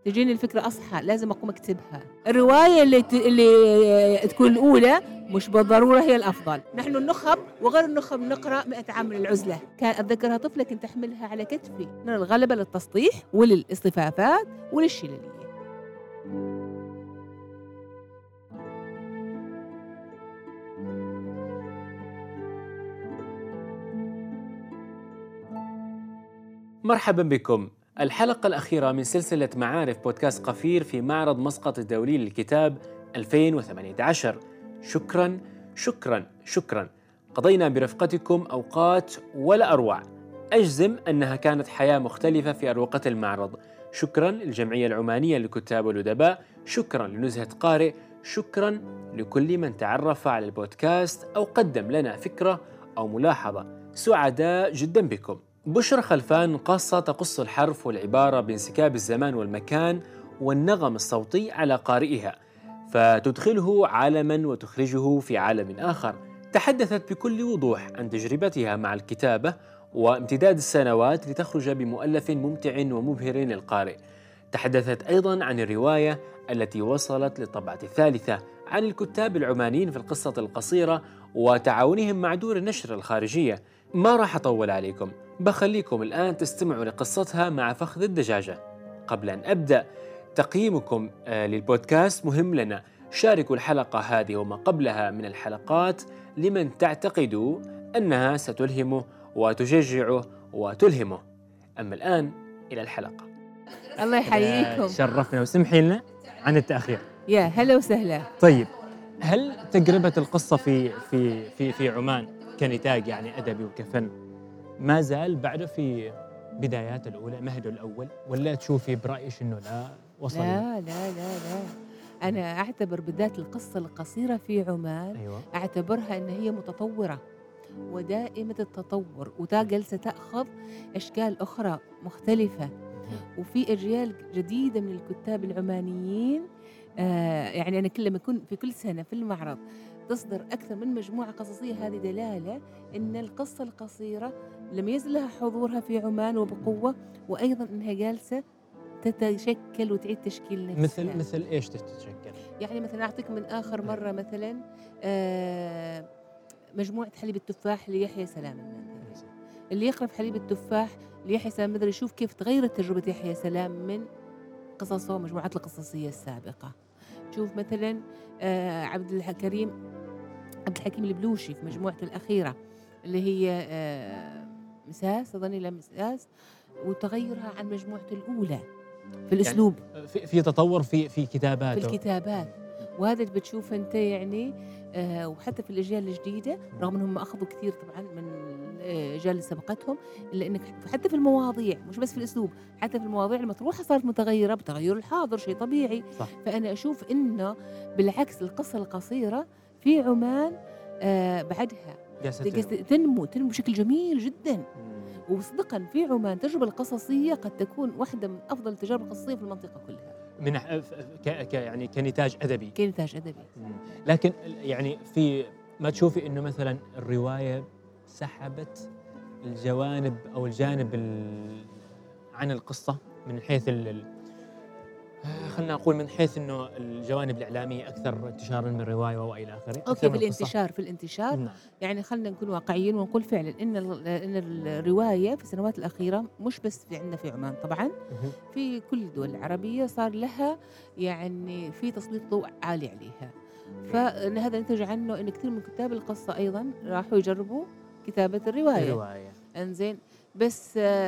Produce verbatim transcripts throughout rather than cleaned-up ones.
تجيني الفكرة أصحى لازم أقوم أكتبها. الرواية اللي, ت... اللي تكون الأولى مش بالضرورة هي الأفضل. نحن النخب وغير النخب نقرأ مئة عام من العزلة، كان أتذكرها طفلة كنت أحملها على كتفي من الغلبة للتسطيح وللاصطفافات وللشلالية. مرحبا بكم. الحلقة الأخيرة من سلسلة معارف بودكاست قفير في معرض مسقط الدولي للكتاب ألفين وثمانية عشر. شكرا شكرا شكرا. قضينا برفقتكم أوقات ولا أروع. أجزم أنها كانت حياة مختلفة في أروقة المعرض. شكرا للجمعية العمانية للكتاب والأدباء، شكرا لنزهة قارئ، شكرا لكل من تعرف على البودكاست أو قدم لنا فكرة أو ملاحظة. سعداء جدا بكم. بشرى خلفان قصة تقص الحرف والعبارة بانسكاب الزمان والمكان والنغم الصوتي على قارئها، فتدخله عالما وتخرجه في عالم آخر. تحدثت بكل وضوح عن تجربتها مع الكتابة وامتداد السنوات لتخرج بمؤلف ممتع ومبهر للقارئ. تحدثت أيضا عن الرواية التي وصلت للطبعة الثالثة، عن الكتاب العمانيين في القصة القصيرة وتعاونهم مع دور النشر الخارجية. ما راح أطول عليكم، بخليكم الآن تستمعوا لقصتها مع فخذ الدجاجة. قبل أن أبدأ، تقييمكم للبودكاست مهم لنا. شاركوا الحلقة هذه وما قبلها من الحلقات لمن تعتقدوا أنها ستلهمه وتشجعه وتلهمه. أما الآن إلى الحلقة. الله يحييكم. شرفنا وسمحي لنا عن التأخير. يا هلا وسهلا. طيب، هل تجربة القصة في في في في عمان كنتاج يعني أدبي وكفن ما زال بعده في بدايات الأولى، مهده الأول، ولا تشوفي برأيش إنه لا وصل؟ لا لا لا لا أنا أعتبر بداية القصة القصيرة في عمان، أيوة. أعتبرها أن هي متطورة ودائمة التطور، وتا جلسة تأخذ أشكال أخرى مختلفة، وفي أجيال جديدة من الكتاب العمانيين. آه يعني أنا كل ما أكون في كل سنة في المعرض تصدر أكثر من مجموعة قصصية، هذه دلالة أن القصة القصيرة لم يزل لها حضورها في عمان وبقوة، وأيضا أنها جالسة تتشكل وتعيد تشكيل نفسها. مثل مثل إيش تتشكل؟ يعني مثلا أعطيك من آخر مرة مثلا آه مجموعة حليب التفاح ليحيى سلام المندري. اللي يقرأ في حليب التفاح ليحيى سلام المندري يشوف كيف تغيرت تجربة يحيى سلام من قصصه ومجموعات القصصية السابقة. شوف مثلا آه عبد الكريم عبد الحكيم البلوشي في مجموعته الأخيرة اللي هي آه مساس، أظني لا مساس، وتغيرها عن مجموعته الأولى في الأسلوب، يعني في, في تطور في في كتاباته في الكتابات. وهذا بتشوف أنت يعني آه وحتى في الأجيال الجديدة، رغم أنهم أخذوا كثير طبعا من الأجيال اللي سبقتهم، إلا أنك حتى في المواضيع مش بس في الأسلوب، حتى في المواضيع المطروحة صارت متغيرة بتغير الحاضر، شيء طبيعي. صح. فأنا أشوف إنه بالعكس القصة القصيرة في عمان آه بعدها تنمو تنمو بشكل جميل جدا. وصدقا في عمان التجربة القصصية قد تكون واحدة من أفضل التجارب القصصية في المنطقة كلها، من ك ك يعني كنتاج أدبي كنتاج أدبي. لكن يعني في ما تشوفي إنه مثلا الرواية سحبت الجوانب أو الجانب عن القصة من حيث خلنا نقول من حيث إنه الجوانب الإعلامية أكثر انتشاراً من الرواية وإلى آخره. أوكي، في الانتشار في الانتشار نعم. يعني خلنا نكون واقعيين ونقول فعلا إن إن الرواية في السنوات الأخيرة مش بس في عندنا في عمان، طبعاً في كل الدول العربية صار لها يعني في تسليط ضوء عالي عليها. فهذا نتج عنه إن كثير من كتاب القصة أيضاً راحوا يجربوا كتابة الرواية. الرواية. إنزين، بس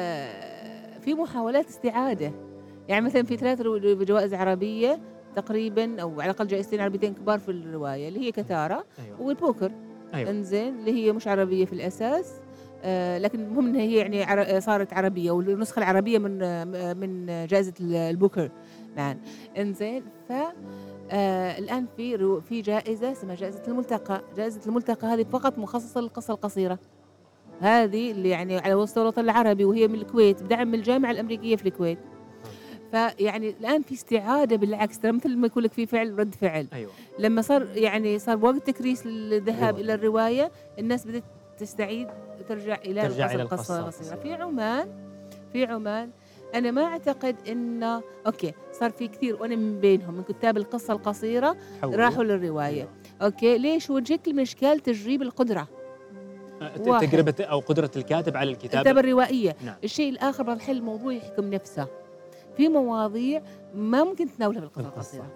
في محاولات استعادة، يعني مثلا في ثلاث جوائز عربية تقريبا، أو على الأقل جائزتين عربيتين كبار في الرواية، اللي هي كتارة. أيوة. والبوكر. أيوة. إنزين، اللي هي مش عربية في الأساس، آه لكن المهم إنها هي يعني عر... صارت عربية، والنسخة العربية من آه من جائزة البوكر معا. إنزين، ف آه الآن في رو... في جائزة اسمها جائزة الملتقى. جائزة الملتقى هذه فقط مخصصة للقصة القصيرة، هذه اللي يعني على مستوى الوطن العربي، وهي من الكويت بدعم من الجامعة الأمريكية في الكويت. فيعني الآن في استعادة، بالعكس ترى مثل ما يقول لك في فعل رد فعل. أيوة. لما صار يعني صار وقت تكريس للذهاب أيوة. إلى الرواية، الناس بدأت تستعيد ترجع إلى ترجع القصة القصيرة. في عمان في عمان أنا ما أعتقد إنه أوكي صار في كثير وأنا من بينهم من كتاب القصة القصيرة حولوا. راحوا للرواية. أوكي ليش؟ هو شكل من أشكال تجريب القدرة، واحد. تجربة أو قدرة الكاتب على الكتابة الكتابة الروائية. نعم. الشيء الآخر بعض الحين الموضوع يحكم نفسه في مواضيع ما ممكن تناولها بالقصة القصيرة،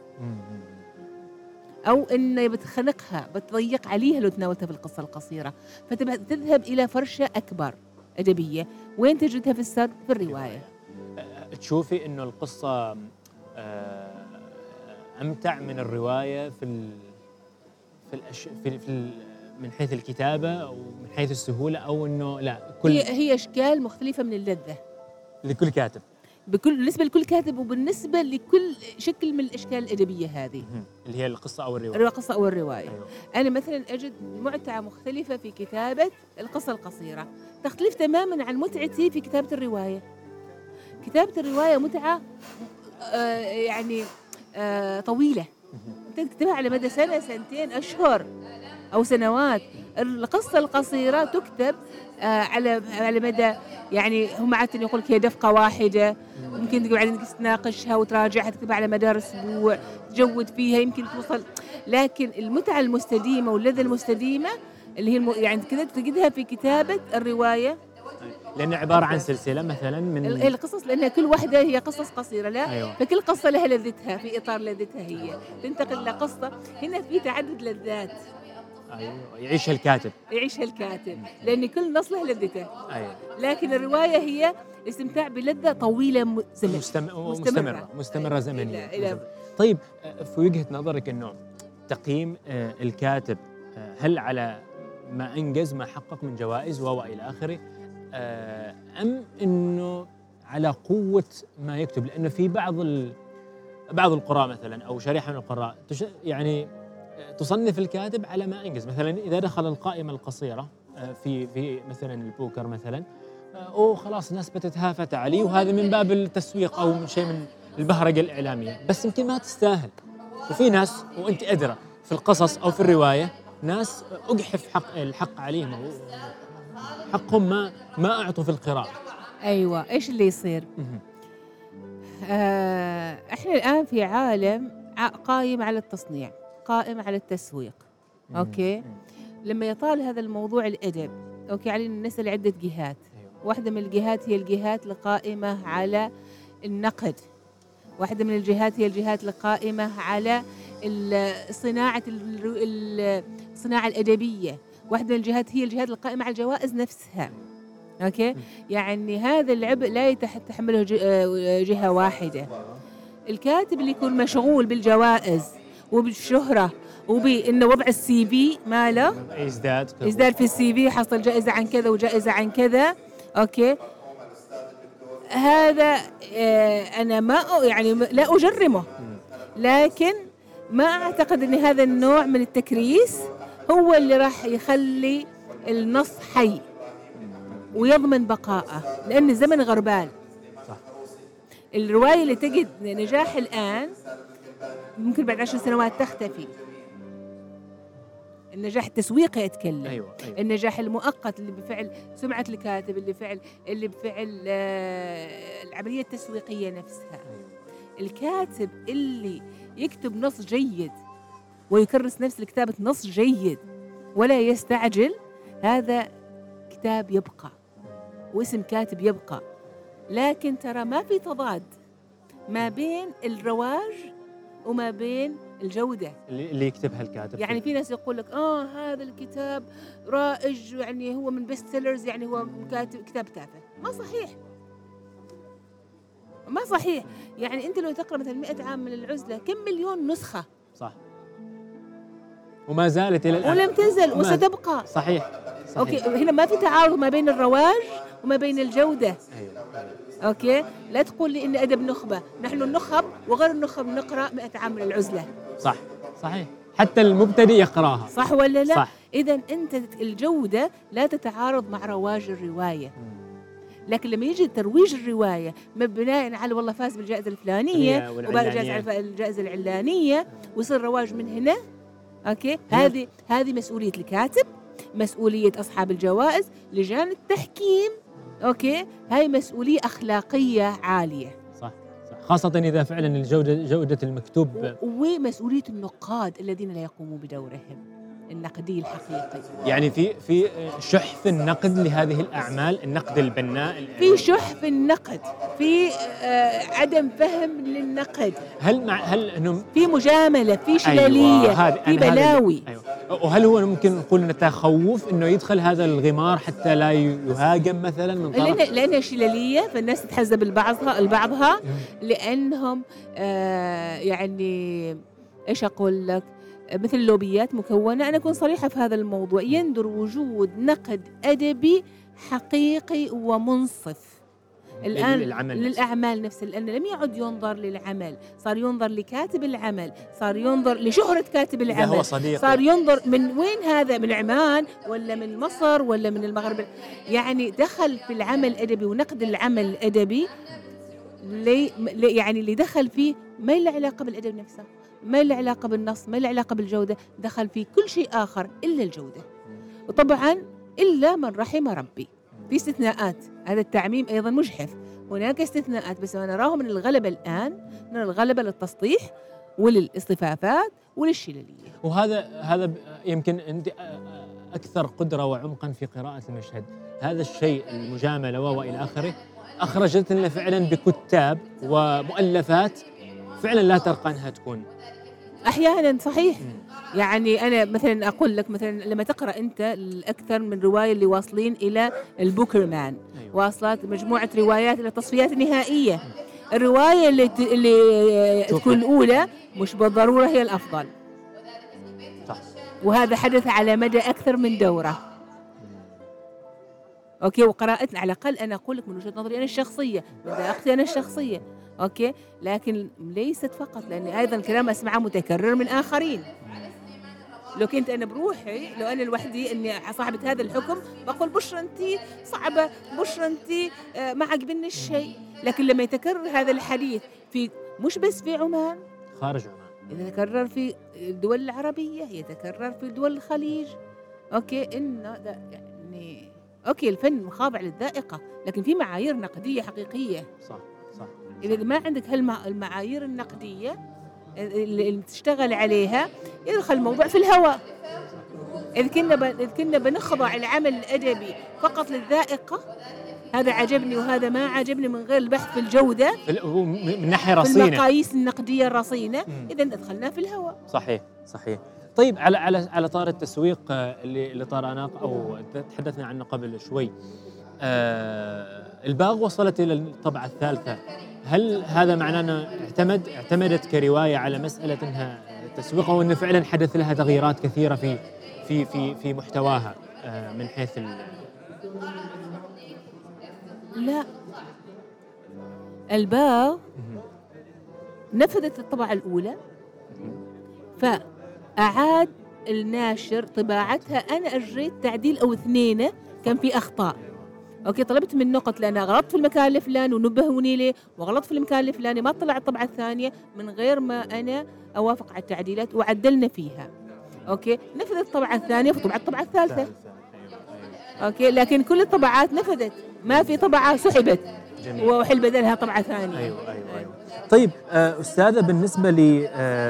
أو إنه بتخنقها بتضيق عليها لو تناولتها في القصة القصيرة، فتذهب إلى فرشة أكبر أدبية. وين تجدها في السرد؟ في الرواية. تشوفي إنه القصة آه، أمتع من الرواية في ال في الأش في, في ال من حيث الكتابة أو من حيث السهولة، أو إنه لا كل هي هي أشكال مختلفة من اللذة لكل كاتب، بكل بالنسبة لكل كاتب وبالنسبة لكل شكل من الأشكال الأدبية هذه اللي هي القصة أو الرواية. القصة أو الرواية. أيوة. أنا مثلا أجد متعة مختلفة في كتابة القصة القصيرة تختلف تماما عن متعتي في كتابة الرواية. كتابة الرواية متعة آه يعني آه طويلة، أنت تكتبها على مدى سنة سنتين أشهر أو سنوات. القصة القصيرة تكتب آه على على مدى يعني هم عادة يقول لك هي دفقة واحدة، ممكن تقعد عندك تناقشها وتراجعها تكتبها على مدار أسبوع تجود فيها يمكن توصل. لكن المتعة المستديمة واللذة المستديمة اللي هي الم... يعني كذا تجدها في كتابة الرواية، لأنها عبارة عن سلسلة مثلا من القصص، لأنها كل واحدة هي قصص قصيرة لا أيوة. فكل قصة لها لذتها في إطار لذتها هي تنتقل لقصة. هنا في تعدد لذات أيوة. يعيشها الكاتب يعيشها الكاتب لأن كل نص له لذته. أيوة. لكن الرواية هي استمتاع بلذة طويلة م... زمن. مستم... مستمرة مستمرة زمنيا. إلى... طيب في وجهة نظرك إنه تقييم الكاتب هل على ما أنجز ما حقق من جوائز وإلى آخره، أم إنه على قوة ما يكتب؟ لأنه في بعض ال... بعض القراء مثلا أو شريحة من القراء تش... يعني تصنف الكاتب على ما أنجز. مثلا إذا دخل القائمة القصيرة في في مثلا البوكر مثلا، أو خلاص الناس بتتهافت عليه وهذا من باب التسويق أو من شيء من البهرجة الإعلامية، بس يمكن ما تستاهل. وفي ناس وأنت أدرى في القصص أو في الرواية ناس أجحف حق الحق عليهم حقهم ما ما أعطوا في القراءة. أيوة إيش اللي يصير؟ آه إحنا الآن في عالم قائم على التصنيع، قائم على التسويق. أوكي لما يطال هذا الموضوع الأدب أوكي علينا نسأل عدة جهات. واحدة من الجهات هي الجهات القائمة على النقد، واحدة من الجهات هي الجهات القائمة على صناعة الصناعة الأدبية، واحدة من الجهات هي الجهات القائمة على الجوائز نفسها. أوكي يعني هذا العبء لا يتحمله جهة واحدة. الكاتب اللي يكون مشغول بالجوائز وبالشهرة وبإنه وضع السي في ماله يزداد يزداد في السي في، حصل جائزة عن كذا وجائزة عن كذا. أوكي هذا آه أنا ما يعني لا أجرمه، لكن ما أعتقد أن هذا النوع من التكريس هو اللي راح يخلي النص حي ويضمن بقائه، لأن الزمن غربال. صح. الرواية اللي تجد نجاح الآن ممكن بعد عشر سنوات تختفي. النجاح التسويقي أتكلم. أيوة. أيوة. النجاح المؤقت اللي بفعل سمعة الكاتب، اللي بفعل اللي بفعل آه العملية التسويقية نفسها. أيوة. الكاتب اللي يكتب نص جيد ويكرس نفسه لكتابة نص جيد ولا يستعجل، هذا كتاب يبقى واسم كاتب يبقى. لكن ترى ما في تضاد ما بين الرواج وما بين الجودة اللي يكتبها الكاتب. يعني في ناس يقول لك آه هذا الكتاب رائج يعني هو من بيست سيلرز يعني هو كاتب كتاب تافه. ما صحيح، ما صحيح. يعني أنت لو تقرأ مثلا مئة عام من العزلة كم مليون نسخة، صح، وما زالت إلى الآن ولم تنزل وستبقى. صحيح. صحيح. أوكي هنا ما في تعارض ما بين الرواج وما بين الجودة. أيوة. أوكي لا تقول لي إن أدب نخبة، نحن النخب وغير النخب نقرأ مئة عام من العزلة. صح صحيح، حتى المبتدئ يقراها. صح ولا لا؟ صح. إذن أنت الجودة لا تتعارض مع رواج الرواية. لكن لما يجي ترويج الرواية مبناء على والله فاز بالجائزة الفلانية وبالجائزة الجائزة العلانية ويصير رواج من هنا. أوكي هذه هذه مسؤولية الكاتب، مسؤولية أصحاب الجوائز، لجان التحكيم أوكي، هاي مسؤولية أخلاقية عالية. صح صح، خاصة إذا فعلا الجودة جودة المكتوب. ومسؤولية النقاد الذين لا يقومون بدورهم النقدي الحقيقي. يعني في في شح في النقد لهذه الأعمال، النقد البناء. في شح في النقد، في آه عدم فهم للنقد. هل مع هل انه في مجاملة، في شلالية، أيوة في بلاوي. أيوة. وهل هو ممكن نقول إنه تخوف إنه يدخل هذا الغمار حتى لا يهاجم مثلا من طرف؟ لأن لأنها شلالية، فالناس تتحزب البعضها البعضها لأنهم آه يعني إيش أقول لك، مثل اللوبيات مكونة. أنا أكون صريحة في هذا الموضوع، يندر وجود نقد أدبي حقيقي ومنصف الآن للعمل للأعمال نفسها، لأن لم يعد ينظر للعمل، صار ينظر لكاتب العمل، صار ينظر لشهرة كاتب العمل، هو صديقي. صار ينظر من وين هذا، من عمان ولا من مصر ولا من المغرب. يعني دخل في العمل الأدبي ونقد العمل الأدبي لي يعني اللي دخل فيه ما له علاقة بالأدب نفسه، ما له علاقة بالنص، ما له علاقة بالجودة، دخل فيه كل شيء آخر إلا الجودة. وطبعا إلا من رحم ربي، في استثناءات، هذا التعميم أيضا مجحف، هناك استثناءات، بس أنا نراهم من الغلبة الآن، من الغلبة للتسطيح وللاصطفافات وللشلالية. وهذا هذا يمكن أنت أكثر قدرة وعمقا في قراءة المشهد، هذا الشيء المجاملة وإلى آخره أخرجت لنا فعلا بكتاب ومؤلفات فعلا لا ترقى أنها تكون أحيانا صحيح. يعني أنا مثلا أقول لك، مثلا لما تقرأ أنت الأكثر من رواية اللي واصلين إلى البوكرمان، أيوة. واصلات مجموعة روايات إلى تصفيات نهائية، الرواية اللي, ت... اللي تكون الأولى مش بالضرورة هي الأفضل. صح. وهذا حدث على مدى أكثر من دورة. أوكي، وقراءتنا على الأقل أنا أقول لك من وجهة نظري أنا الشخصية، من ذائقتي أنا الشخصية، أوكي، لكن ليست فقط، لأن أيضا كلام أسمعه متكرر من آخرين. لو كنت أنا بروحي، لو أنا لوحدي إني صاحبة هذا الحكم، بقول بشرى أنتي صعبة، بشرى أنتي ما عجبني الشيء. لكن لما يتكرر هذا الحديث في مش بس في عمان، خارج عمان، يتكرر في الدول العربية، يتكرر في دول الخليج، أوكي، إنه يعني أوكي الفن خاضع للذائقة، لكن في معايير نقدية حقيقية. صح صح. إذا ما عندك هالمعايير النقدية اللي تشتغل عليها، يدخل الموضوع في الهواء. إذا كنا ب... إذا كنا بنخضع العمل الأدبي فقط للذائقة، هذا عجبني وهذا ما عجبني، من غير البحث في الجودة من ناحية رصينة، في المقاييس النقدية الرصينة، إذا دخلنا في الهواء. صحيح صحيح. طيب على على على طار التسويق اللي اللي طرأناه أو تحدثنا عنه قبل شوي، آه الباغ وصلت إلى الطبعة الثالثة، هل هذا معناه أنه اعتمد اعتمدت كرواية على مسألة أنها تسويق، أو أنه فعلا حدث لها تغييرات كثيرة في في في في محتواها آه من حيث ال... لا، الباغ نفذت الطبعة الأولى، فأعاد الناشر طباعتها. أنا أجريت تعديل أو اثنين كان في أخطاء، أوكي، طلبت من نقط لأن غلطت في المكان الفلاني ونبهوني ليه، وغلطت في المكان الفلاني، ما طلع الطبعة الثانية من غير ما أنا أوافق على التعديلات وعدلنا فيها، أوكي، نفذت الطبعة الثانية فطبعت الطبعة الثالثة، أوكي، لكن كل الطبعات نفذت، ما في طبعة سحبت وحل بدلها طبعة ثانية. أيوة أيوة أيوة. طيب أستاذة، بالنسبة لي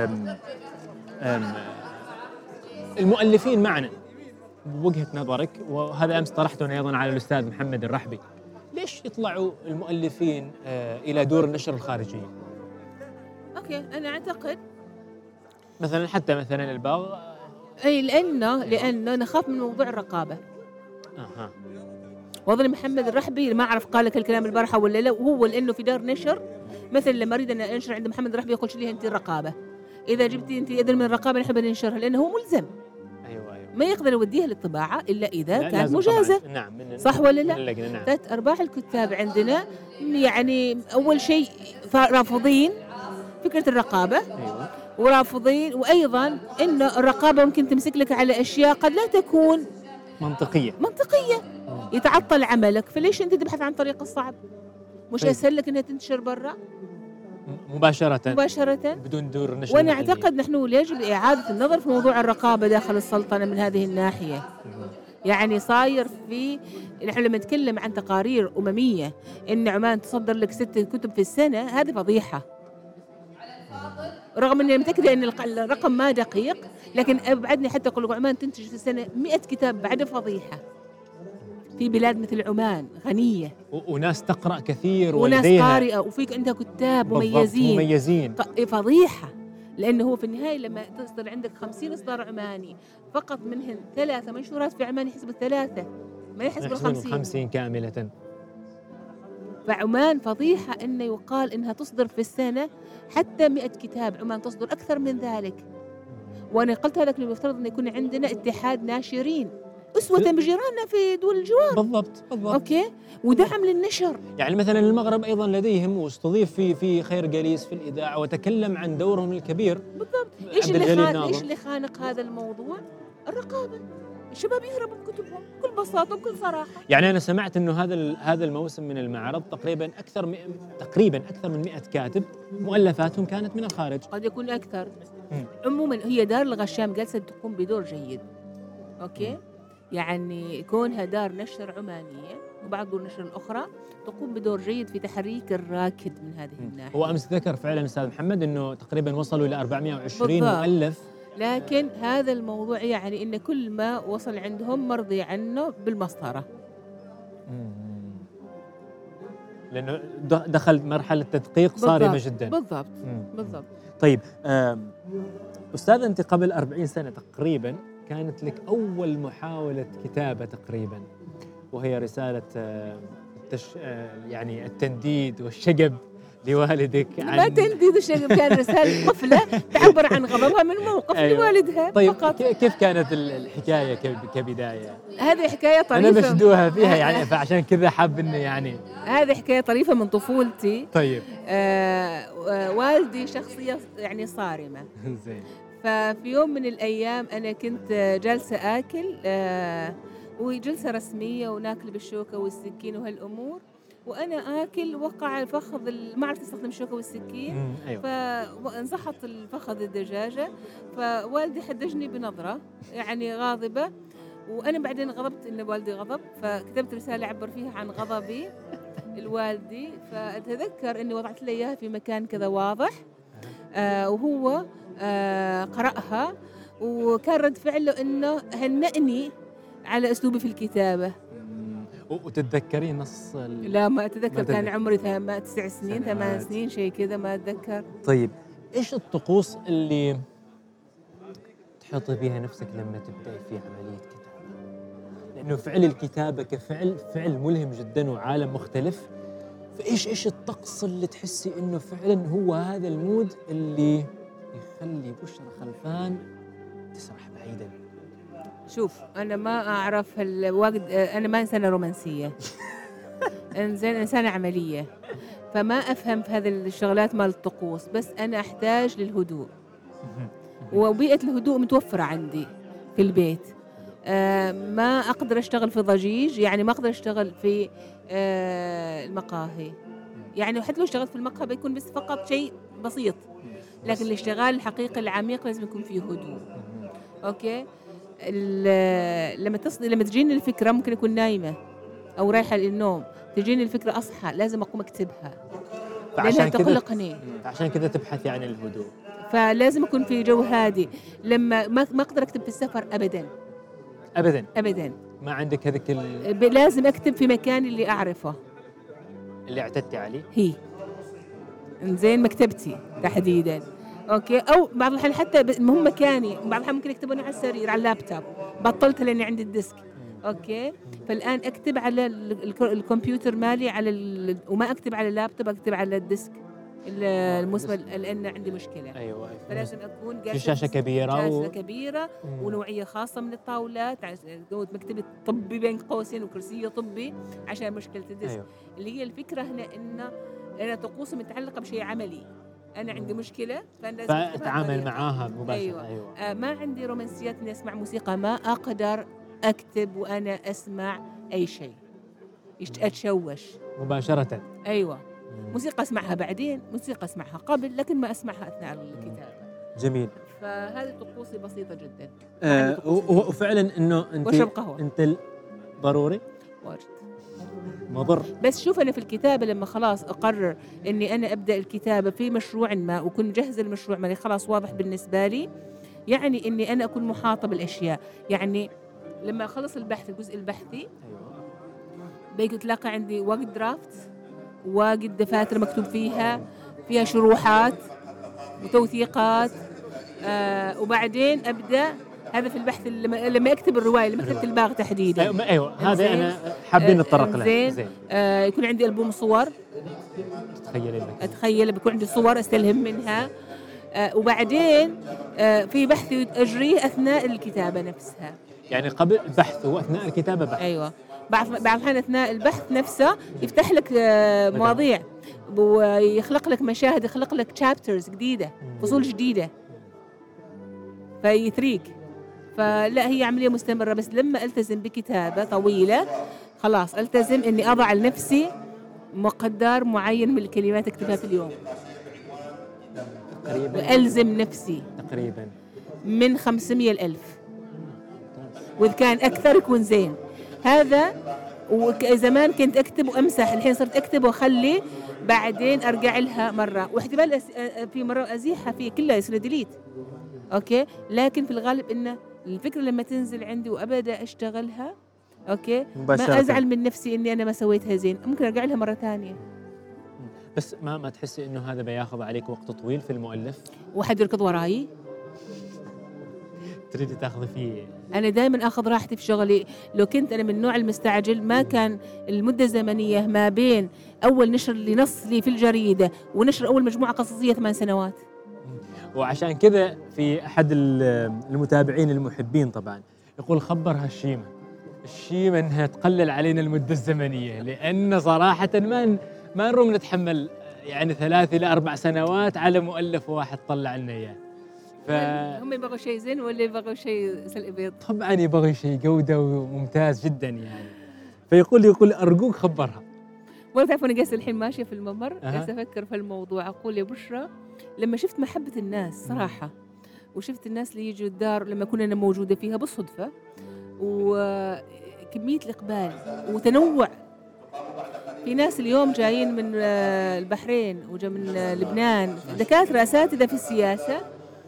المؤلفين معنا بوجهة نظرك، وهذا أمس طرحته أيضا على الأستاذ محمد الرحبي، ليش يطلعوا المؤلفين إلى دور النشر الخارجية؟ أوكي، أنا أعتقد مثلا حتى مثلا الباغ، أي لأنه لأنه نخاف من موضوع الرقابة. أها. وأظن محمد الرحبي ما أعرف قال لك الكلام البارحة ولا لا، وهو لأنه في دار نشر مثل لما أريد أن أنشر عند محمد الرحبي يقول لي أنت الرقابة، إذا جبتي أنت إذن من الرقابة نحب ننشرها، لأنه هو ملزم. أيوة أيوة. ما يقدر يوديها للطباعة إلا إذا كانت مجازة. نعم. من صح ولا لا؟ نعم. ذات أرباح الكتاب عندنا يعني أول شيء رافضين فكرة الرقابة. أيوة. ورافضين، وأيضا إنه الرقابة ممكن تمسك لك على أشياء قد لا تكون منطقية منطقية يتعطل عملك، فليش أنت تبحث عن طريق الصعب؟ مش طيب. أسهل لك إنها تنتشر برا مباشرة مباشرة بدون دور نشر. وأنا أعتقد نحن يجب إعادة النظر في موضوع الرقابة داخل السلطنة من هذه الناحية. يعني صاير في، نحن لما نتكلم عن تقارير أممية إن عمان تصدر لك ست كتب في السنة، هذه فضيحة. رغم أني متأكدة أن الرقم ما دقيق، لكن أبعدني حتى أقول لك عمان تنتج في السنة مئة كتاب، بعد فضيحة. في بلاد مثل عمان غنية و- وناس تقرأ كثير وناس ولديها قارئة وفيك عندها كتاب بالضبط مميزين. مميزين. ف- فضيحة، لأنه هو في النهاية لما تصدر عندك خمسين إصدار عماني فقط منهن ثلاثة منشورات في عمان، يحسب الثلاثة ما يحسب يحسبون الخمسين. الخمسين كاملة. فعمان فضيحة إنه يقال إنها تصدر في السنة حتى مئة كتاب، عمان تصدر أكثر من ذلك. وأنا قلتها لك المفترض أن يكون عندنا اتحاد ناشرين أسوة بجيراننا في دول الجوار. بالضبط بالضبط. أوكي، ودعم للنشر. يعني مثلا المغرب أيضا لديهم، واستضيف في في خير جليس في الإذاعة وتكلم عن دورهم الكبير. بالضبط. إيش عبد اللي الجليل خانق ناظر. إيش اللي خانق هذا الموضوع؟ الرقابة. الشباب يهربوا بكتبهم بكل بساطة وبكل صراحة. يعني أنا سمعت إنه هذا ال- هذا الموسم من المعرض تقريبا أكثر من تقريبا أكثر من مئة كاتب مؤلفاتهم كانت من الخارج. قد يكون أكثر. مم. عموما هي دار الغشام جالسة تقوم بدور جيد. أوكي؟ يعني كونها دار نشر عمانية وبعض دور النشر الأخرى تقوم بدور جيد في تحريك الراكد من هذه الناحية. هو أمس ذكر فعلا أستاذ محمد إنه تقريبا وصلوا إلى أربعمئة وعشرين بالضبط. مؤلف. لكن هذا الموضوع يعني إن كل ما وصل عندهم مرضي عنه بالمسطرة. لأنه د- دخل مرحلة تدقيق صارمة بالضبط. جدا. بالضبط. مم. بالضبط. طيب آم، أستاذ، أنت قبل أربعين سنة تقريبا كانت لك أول محاولة كتابة تقريبا، وهي رسالة آم، التش... آه، يعني التنديد والشجب لوالدك ما عن تنديد الشيء، كان رسالة طفلة تعبر عن غضبها من موقف أيوة. لوالدها طيب فقط. ك- كيف كانت ال- الحكاية ك- كبداية؟ هذه حكاية أنا طريفة. مشدوها فيها يعني، فعشان كذا حاب إنه يعني. هذه حكاية طريفة من طفولتي. طيب آه آه، والدي شخصية يعني صارمة. زين. ففي يوم من الأيام أنا كنت جالسة آكل، آه وجلسة رسمية وناكل بالشوكة والسكين وهالأمور، وأنا آكل وقع الفخذ ال- ما عرفت أستخدم الشوكة والسكين، مم، أيوة. فانزحط الفخذ الدجاجة، فوالدي حدجني بنظرة يعني غاضبة، وأنا بعدين غضبت إن والدي غضب، فكتبت رسالة أعبر فيها عن غضبي الوالدي. فأتذكر إني وضعت له إياها في مكان كذا واضح، آه وهو آه قرأها، وكان رد فعله إنه هنأني على أسلوبي في الكتابة. مم. و- وتتذكرين نص ال... لا ما أتذكر، ما كان تذكر. عمري ثم- تسع سنين ثمان سنوات. سنين شيء كذا، ما أتذكر. طيب ايش الطقوس اللي تحطي فيها نفسك لما تبدأي في عملية كتابة؟ لأنه فعل الكتابة كفعل فعل ملهم جدا وعالم مختلف، فايش ايش الطقس اللي تحسي انه فعلا هو هذا المود اللي يخلي بشرى خلفان تسرح بعيدا؟ شوف أنا ما أعرف الوقت، أنا ما إنسانة رومانسية. إنسان إنسانة عملية، فما أفهم في هذه الشغلات مال الطقوس، بس أنا أحتاج للهدوء، وبيئة الهدوء متوفرة عندي في البيت. آه ما أقدر أشتغل في ضجيج، يعني ما أقدر أشتغل في آه المقاهي، يعني حتى لو اشتغلت في المقهى بيكون بس فقط شيء بسيط، لكن الاشتغال الحقيقي العميق لازم يكون فيه هدوء. أوكي. ال- لما تصل لما تجيني الفكرة ممكن أكون نايمة أو رايحة للنوم، تجيني الفكرة أصحى لازم أقوم أكتبها لأنها فعشان كذا تقلقني، عشان كذا تبحثي عن الهدوء. فلازم أكون في جو هادي. لما ما ما أقدر أكتب في السفر أبداً ابدا أبداً، ما عندك هذيك ال- ب- لازم أكتب في مكان اللي أعرفه، اللي اعتدتي عليه. هي إنزين مكتبتي تحديداً. أوكي. أو بعض الأحيان حتى ب- مهم مكاني، بعض الأحيان ممكن يكتبوني على السرير على اللابتوب، بطلت لأني عندي الديسك. أوكي. فالآن أكتب على ال- ال- الكمبيوتر مالي على ال- وما أكتب على اللابتوب، أكتب على الديسك ال- المسمى لأن عندي مشكلة. ايوه فلازم أكون في شاشة كبيرة شاشة و... كبيرة مم. ونوعية خاصة من الطاولات، عش- مكتبة طبي بين قوسين وكرسي طبي عشان مشكلة الديسك. أيوة. اللي هي الفكرة هنا إن أنا طقوسي متعلقة بشيء عملي، أنا عندي مشكلة فأنا لازم أكتبها فاتعامل بطريقة. معاها مباشرة. أيوة. أيوة. آه ما عندي رومانسيات إني أسمع موسيقى، ما أقدر أكتب وأنا أسمع أي شيء، يشت- أتشوش. مباشرة. أيوة. مم. موسيقى أسمعها بعدين، موسيقى أسمعها قبل، لكن ما أسمعها أثناء الكتابة. جميل. فهذه طقوسي بسيطة جدا. آه وفعلا انه انت واشرب قهوة. انت ضروري واجد مضر. بس شوف أنا في الكتابة لما خلاص أقرر إني أنا أبدأ الكتابة في مشروع ما وكن مجهز المشروع مالي خلاص واضح بالنسبة لي، يعني إني أنا أكون محاطة بالأشياء. يعني لما أخلص البحث الجزء البحثي بيجي تلاقي عندي وقت درافت، وقت دفاتر مكتوب فيها فيها شروحات وتوثيقات. آه وبعدين أبدأ هذا في البحث لما, لما أكتب الرواية لما كتبت الباغ تحديدا. أيوة, أيوة هذا أنا حابين نتطرق له. زين, زين. آه يكون عندي ألبوم صور تتخيلي لك أتخيل بيكون عندي صور أستلهم منها. آه وبعدين آه في بحث أجريه أثناء الكتابة نفسها، يعني قبل البحث وأثناء الكتابة بحث. أيوة بعض بعض الأحيان أثناء البحث نفسه يفتح لك آه مواضيع ويخلق لك مشاهد، يخلق لك chapters جديدة، فصول جديدة فيثريك. فلا هي عملية مستمرة، بس لما ألتزم بكتابة طويلة خلاص ألتزم إني أضع لنفسي مقدار معين من الكلمات أكتبها في اليوم تقريبا، وألزم نفسي تقريبا من خمسمية لألف، وإذا كان أكثر يكون زين. هذا وزمان كنت أكتب وأمسح، الحين صرت أكتب وأخلي بعدين أرجع لها مرة، واحتمال أس... في مرة أزيحها في كلها يصير ديليت. أوكي، لكن في الغالب إن الفكرة لما تنزل عندي وأبدأ أشتغلها أوكي مباشرة. ما أزعل من نفسي إني أنا ما سويتها زين، ممكن أرجع لها مرة ثانية. بس ما ما تحسي إنه هذا بياخذ عليك وقت طويل في المؤلف؟ وحد يركض وراي؟ تريدي تاخذي فيه؟ أنا دائما أخذ راحتي في شغلي. لو كنت أنا من النوع المستعجل ما كان المدة الزمنية ما بين أول نشر لنص لي في الجريدة ونشر أول مجموعة قصصية ثمان سنوات. وعشان كذا في أحد المتابعين المحبين طبعا يقول خبرها الشيمة الشيمة أنها تقلل علينا المدة الزمنية، لأن صراحة ما ما نروم نتحمل يعني ثلاث إلى أربع سنوات على مؤلف واحد طلع لنا إياه. ف... هم يبغوا شيء زين ولا يبغوا شيء سلق بيض؟ طبعا يبغوا شيء جودة وممتاز جدا يعني. فيقول يقول أرجوك خبرها. ولا تعرفوا أنا جالسة الحين ماشية في الممر أه. جالسة أفكر في الموضوع، أقول يا بشرى لما شفت محبة الناس صراحة وشفت الناس اللي يجوا الدار لما كنا أنا موجودة فيها بالصدفة وكمية الإقبال وتنوع، في ناس اليوم جايين من البحرين وجا من لبنان دكاترة أساتذة في السياسة،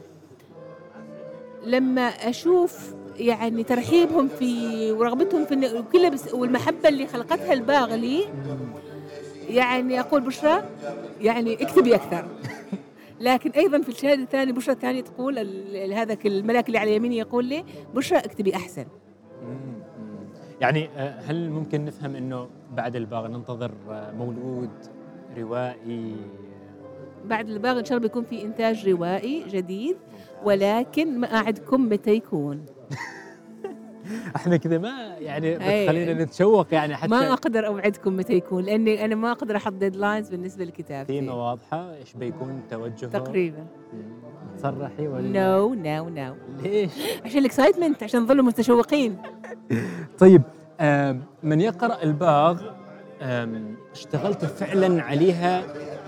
لما أشوف يعني ترحيبهم في ورغبتهم في وكلها بس والمحبة اللي خلقتها الباغ لي، يعني أقول بشرى يعني اكتبي أكثر. لكن أيضا في الشهادة الثانية بشرى الثانية تقول هذا الملاك اللي على يميني يقول لي بشرى اكتبي أحسن. يعني هل ممكن نفهم إنه بعد الباغ ننتظر مولود روائي؟ بعد الباغ إن شاء الله بيكون في إنتاج روائي جديد، ولكن ما أعدكم متى يكون. احنا كذا ما يعني بتخلينا نتشوق يعني حتى ما أقدر أوعدكم متى يكون، لأني أنا ما أقدر أحط ديدلاينز بالنسبة لكتابتي. ثيمة واضحة إيش بيكون توجهه تقريبا؟ تصرحي ولا نو نو نو ليش؟ عشان الإكسايتمنت، عشان نظل متشوقين. طيب من يقرأ الباغ اشتغلت فعلا عليها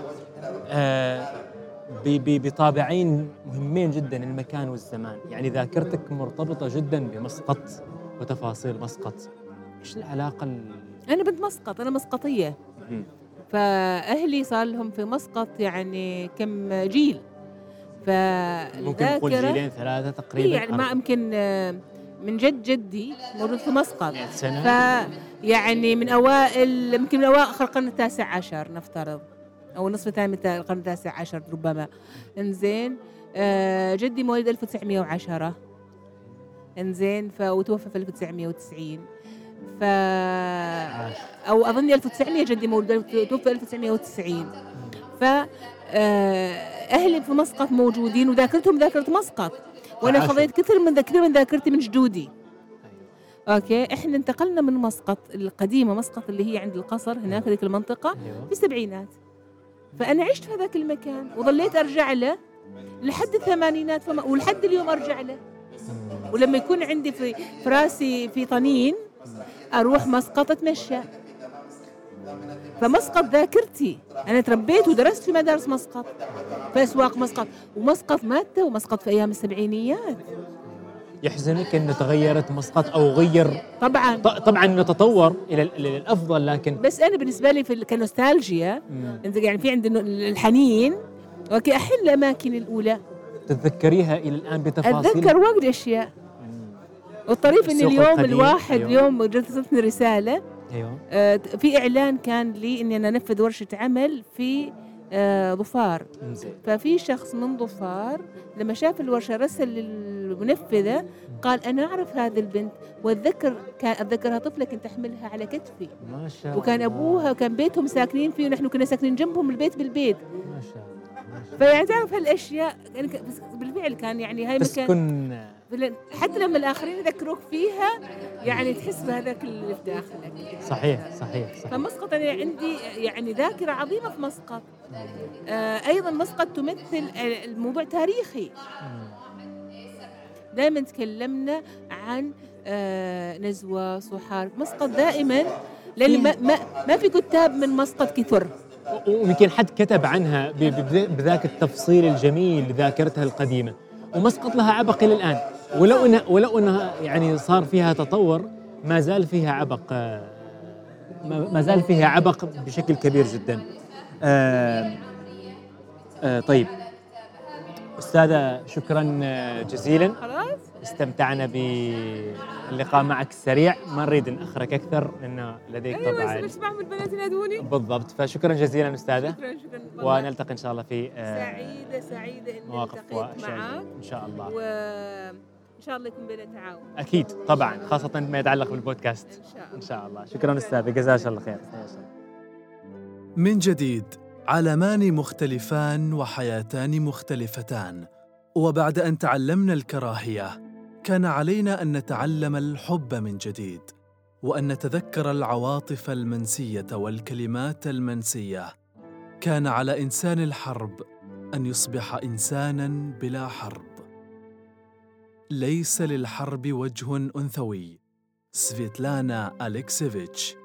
بطابعين مهمين جدا، المكان والزمان. يعني ذاكرتك مرتبطة جدا بمسقط وتفاصيل مسقط. إيش العلاقة ال... أنا بنت مسقط، أنا مسقطية. م. فأهلي صار لهم في مسقط يعني كم جيل، ممكن نقول جيلين ثلاثة تقريبا. يعني ما يمكن من جد جدي موجود في مسقط سنة. فيعني من أوائل يمكن من أواخر القرن التاسع عشر نفترض، أو النصف الثاني من القرن التاسع عشر ربما. إنزين آه جدي مواليد ألف وتسعمية وعشرة، إنزين فوتوفى في ألف وتسعمية وتسعين، ف أو أظن ألف وتسعمية جدي مولود توفى ألف وتسعمية وتسعين. ف أهلي في مسقط موجودين وذاكرتهم ذاكرة مسقط، وأنا خذيت كثير من كثير من ذاكرتي من جدودي. أوكي، إحنا انتقلنا من مسقط القديمة، مسقط اللي هي عند القصر هناك في ذيك المنطقة في السبعينات، فأنا عشت في هذاك المكان وظليت أرجع له لحد الثمانينات فما ولحد اليوم أرجع له. ولما يكون عندي في فراسي في طنين أروح مسقط أتمشى. فمسقط ذاكرتي، أنا تربيت ودرست في مدارس مسقط، في أسواق مسقط، ومسقط مات ومسقط في أيام السبعينيات. يحزنك أن تغيرت مسقط أو غير؟ طبعا ط- طبعا أنه تطور إلى إلى الأفضل، لكن بس أنا بالنسبة لي في ال- كنوستالجيا، أنت يعني في عندنا الحنين، وكي أحن الأماكن الأولى تتذكريها إلى الآن بتفاصيل؟ أتذكر واجد أشياء. والطريف إن السوق اليوم القديم. الواحد أيوه. اليوم جاتني رسالة، أيوه. آه، في إعلان كان لي إني أنا أنفذ ورشة عمل في آه، ظفار. زين. ففي شخص من ظفار لما شاف الورشة رسل للمنفذة قال أنا أعرف هذه البنت، وأتذكر كان أتذكرها طفلة كنت أحملها على كتفي، ما شاء الله. وكان أبوها وكان بيتهم ساكنين فيه ونحن كنا ساكنين جنبهم البيت بالبيت. ما شاء الله. ما شاء فيعني تعرف هالأشياء يعني ك- بس بالفعل كان يعني هاي الله. مكان تسكن بل- حتى لما الآخرين يذكروك فيها يعني تحس بهذاك اللي في داخلك. صحيح صحيح صحيح. فمسقط أنا عندي يعني ذاكرة عظيمة في مسقط. آه أيضا مسقط تمثل الموضوع تاريخي. دائما تكلمنا عن آه نزوة صحار مسقط دائما، لأن ما, ما, ما في كتاب من مسقط كثر، ويمكن حد كتب عنها ب- ب- بذاك التفصيل الجميل لذاكرتها القديمة، ومسقط لها عبق إلى الآن، ولو إنها ولو إنها يعني صار فيها تطور، ما زال فيها عبق، آه، ما ما زال فيها عبق بشكل كبير جدا. آه آه طيب أستاذة، شكرا آه، جزيلا، خلاص استمتعنا باللقاء معك السريع، ما نريد نأخرك أكثر لأنه لديك أيوة طبعا. بس بعمل البنات ينادوني. بالضبط، فشكرا جزيلا أستاذة، شكرا شكرا والله. ونلتقي إن شاء الله في آه، سعيدة سعيدة إني مواقف التقيت وأشياء معك، إن شاء الله. وإن شاء الله يكون بيننا تعاون. أكيد طبعا، خاصة ما يتعلق بالبودكاست. إن شاء الله. إن شاء الله. شكرا أستاذ، جزاك الله خير. من جديد، عالمان مختلفان وحياتان مختلفتان، وبعد أن تعلمنا الكراهية كان علينا أن نتعلم الحب من جديد، وأن نتذكر العواطف المنسية والكلمات المنسية. كان على إنسان الحرب أن يصبح إنساناً بلا حرب. ليس للحرب وجه أنثوي. سفيتلانا أليكسيفيتش.